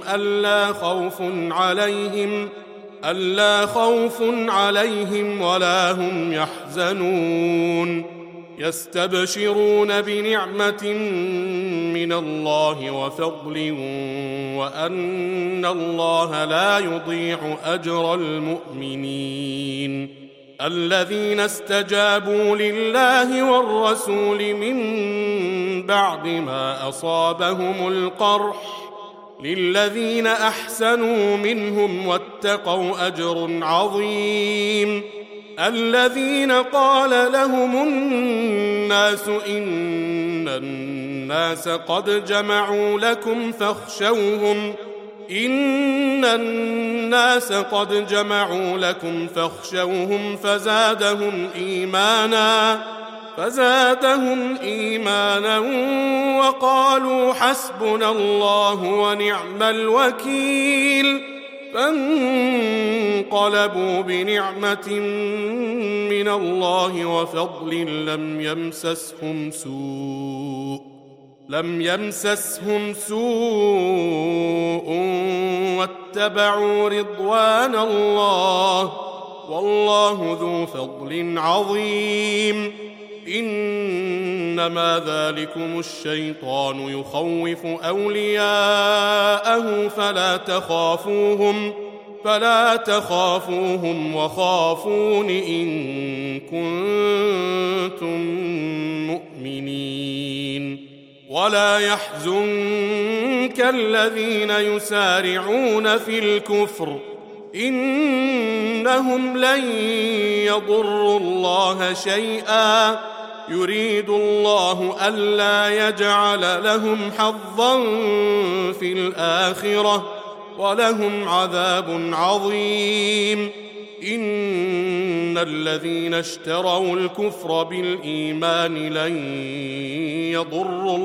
ألا خوف عليهم ولا هم يحزنون يستبشرون بنعمة من الله وفضل وأن الله لا يضيع أجر المؤمنين الذين استجابوا لله والرسول من بعد ما أصابهم القرح للذين أحسنوا منهم واتقوا أجر عظيم الذين قال لهم الناس إن الناس قد جمعوا لكم فاخشوهم فزادهم إيمانا وقالوا حسبنا الله ونعم الوكيل فانقلبوا بنعمة من الله وفضل لم يمسسهم سوء واتبعوا رضوان الله والله ذو فضل عظيم إنما ذلكم الشيطان يخوف أولياءه فلا تخافوهم وخافون إن كنتم مؤمنين ولا يحزنك الذين يسارعون في الكفر إنهم لن يضروا الله شيئا يريد الله ألا يجعل لهم حظا في الآخرة ولهم عذاب عظيم إن الذين اشتروا الكفر بالإيمان لن يضروا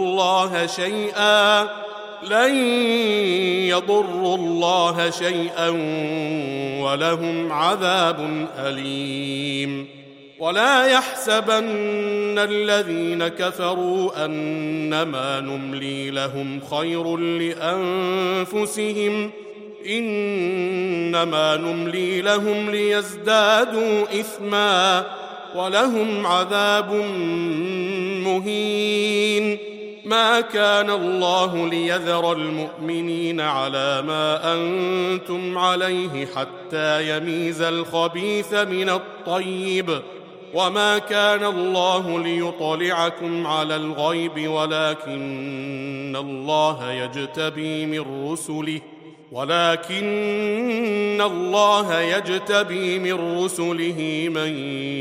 الله شيئا ولهم عذاب أليم ولا يحسبن الذين كفروا أنما نملي لهم خير لأنفسهم إنما نملي لهم ليزدادوا إثما ولهم عذاب مهين ما كان الله ليذر المؤمنين على ما أنتم عليه حتى يميز الخبيث من الطيب وما كان الله ليطلعكم على الغيب ولكن الله يجتبي من رسله من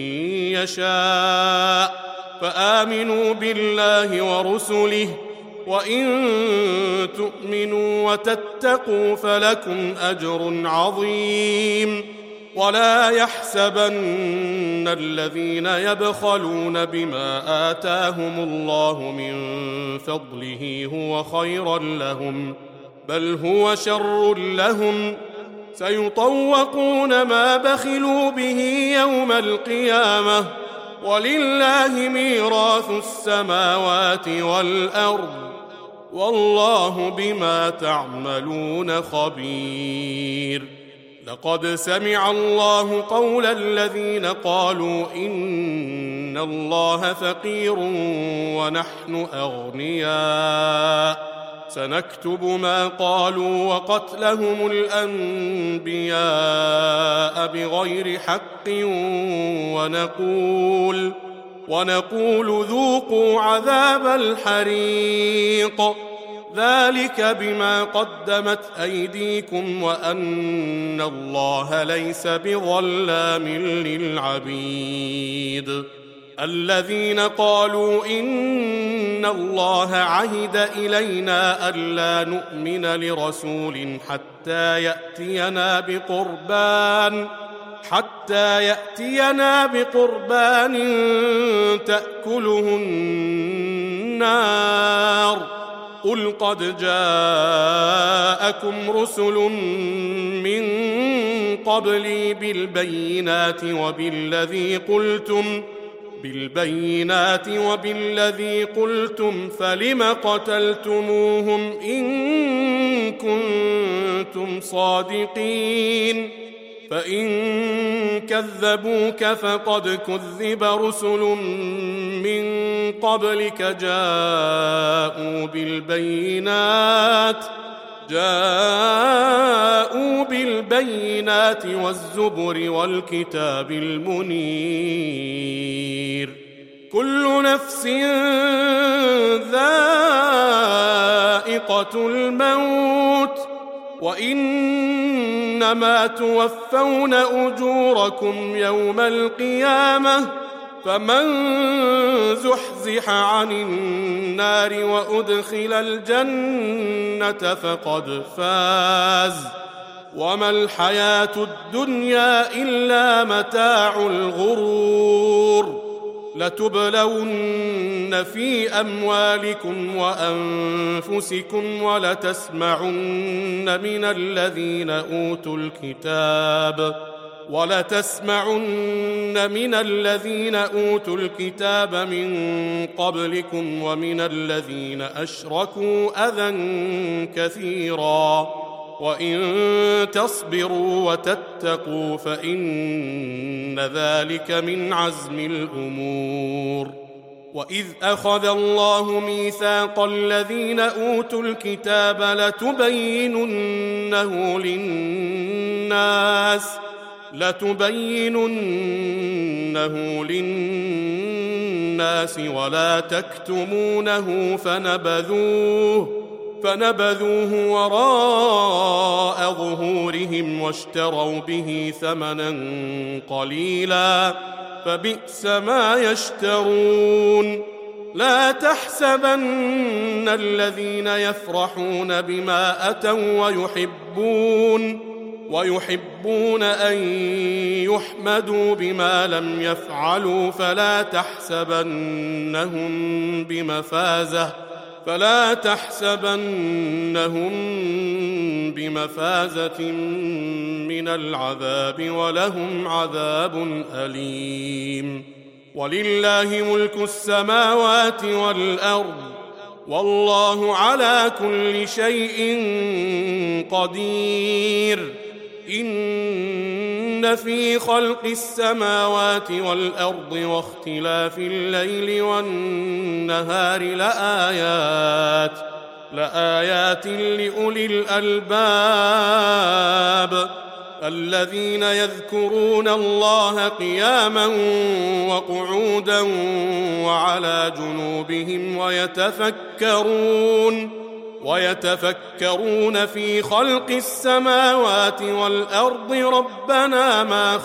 يشاء فآمنوا بالله ورسله وإن تؤمنوا وتتقوا فلكم أجر عظيم ولا يحسبن الذين يبخلون بما آتاهم الله من فضله هو خيرا لهم بل هو شر لهم سيطوقون ما بخلوا به يوم القيامة ولله ميراث السماوات والأرض والله بما تعملون خبير لقد سمع الله قول الذين قالوا إن الله فقير ونحن أغنياء سنكتب ما قالوا وقتلهم الأنبياء بغير حق ونقول ذوقوا عذاب الحريق ذلك بما قدمت أيديكم وأن الله ليس بظلام للعبيد الذين قالوا إن الله عهد إلينا ألا نؤمن لرسول حتى يأتينا بقربان تأكله النار قل قد جاءكم رسل من قبلي بالبينات وبالذي قلتم فلم قتلتموهم إن كنتم صادقين فإن كذبوك فقد كذب رسل من قبلك جاءوا بالبينات والزبر والكتاب المنير كل نفس ذائقة الموت وإنما توفون أجوركم يوم القيامة فمن زحزح عن النار وأدخل الجنة فقد فاز وما الحياة الدنيا إلا متاع الغرور لتبلون في أموالكم وأنفسكم ولتسمعن من الذين أوتوا الكتاب من قبلكم ومن الذين أشركوا أذى كثيرا وإن تصبروا وتتقوا فإن ذلك من عزم الأمور وإذ أخذ الله ميثاق الذين أوتوا الكتاب لتبيننه للناس ولا تكتمونه فنبذوه وراء ظهورهم واشتروا به ثمنا قليلا فبئس ما يشترون. لا تحسبن الذين يفرحون بما أتوا ويحبون أن يحمدوا بما لم يفعلوا فلا تحسبنهم بمفازة من العذاب ولهم عذاب أليم. ولله ملك السماوات والأرض والله على كل شيء قدير. إن في خلق السماوات والأرض واختلاف الليل والنهار لآيات لأولي الألباب الذين يذكرون الله قياما وقعودا وعلى جنوبهم ويتفكرون في خلق السماوات والأرض ربنا ما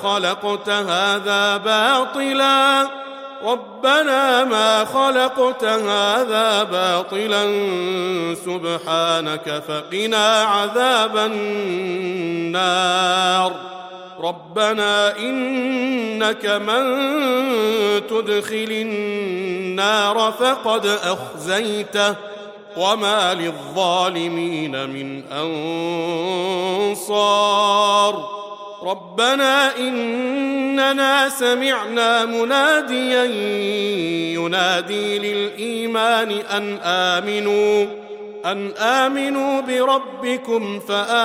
خلقت هذا باطلا سبحانك فقنا عذاب النار. ربنا إنك من تدخل النار فقد أخزيته وما للظالمين من أنصار. ربنا إننا سمعنا مناديا ينادي للإيمان أن آمنوا بربكم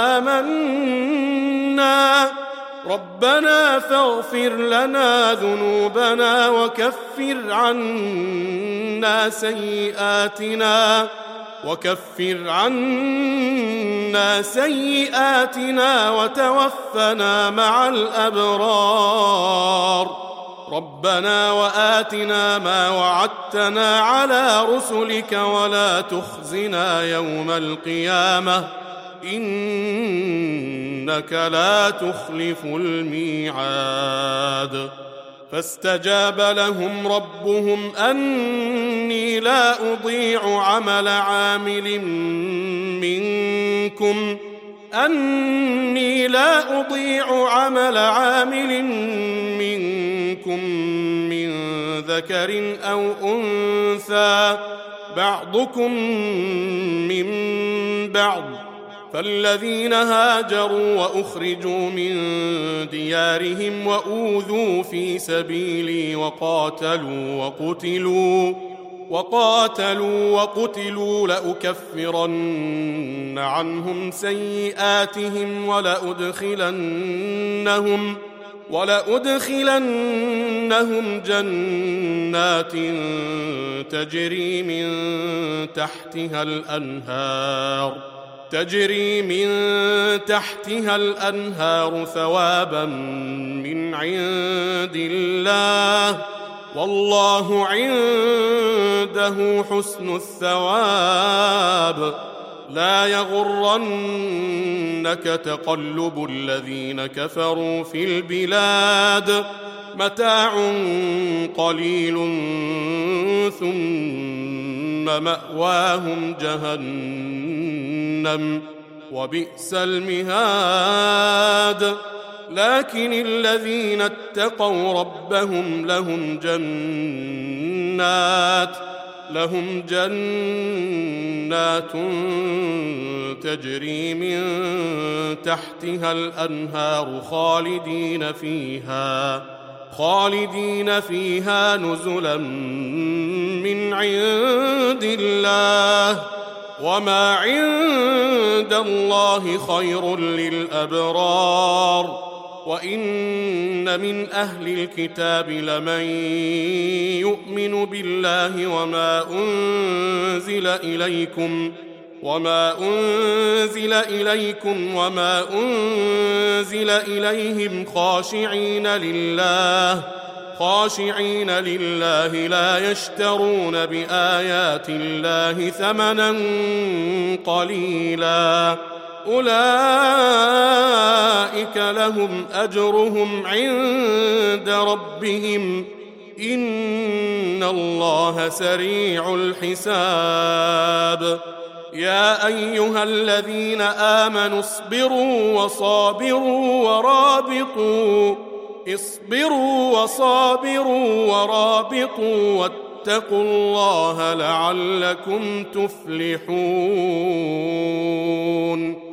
فآمنا. ربنا فاغفر لنا ذنوبنا وكفر عنا سيئاتنا وتوفنا مع الأبرار. ربنا وآتنا ما وعدتنا على رسلك ولا تخزنا يوم القيامة إنك لا تخلف الميعاد. فاستجاب لهم ربهم أني لا أضيع عمل عامل منكم من ذكر أو أنثى بعضكم من بعض. فالذين هاجروا وأخرجوا من ديارهم وأوذوا في سبيلي وقاتلوا لأكفرن عنهم سيئاتهم ولأدخلنهم جنات تجري من تحتها الأنهار ثوابا من عند الله والله عنده حسن الثواب. لا يغرنك تقلب الذين كفروا في البلاد متاع قليل ثم مأواهم جهنم وبئس المهاد. لكن الذين اتقوا ربهم لهم جنات تجري من تحتها الأنهار خالدين فيها نزلا من عند الله وما عند الله خير للأبرار. وإن من أهل الكتاب لمن يؤمن بالله وما أنزل إليكم خاشعين خاشعين لله لا يشترون بآيات الله ثمنا قليلا أولئك لهم أجرهم عند ربهم إن الله سريع الحساب يا أيها الذين آمنوا اصبروا وصابروا ورابطوا واتقوا الله لعلكم تفلحون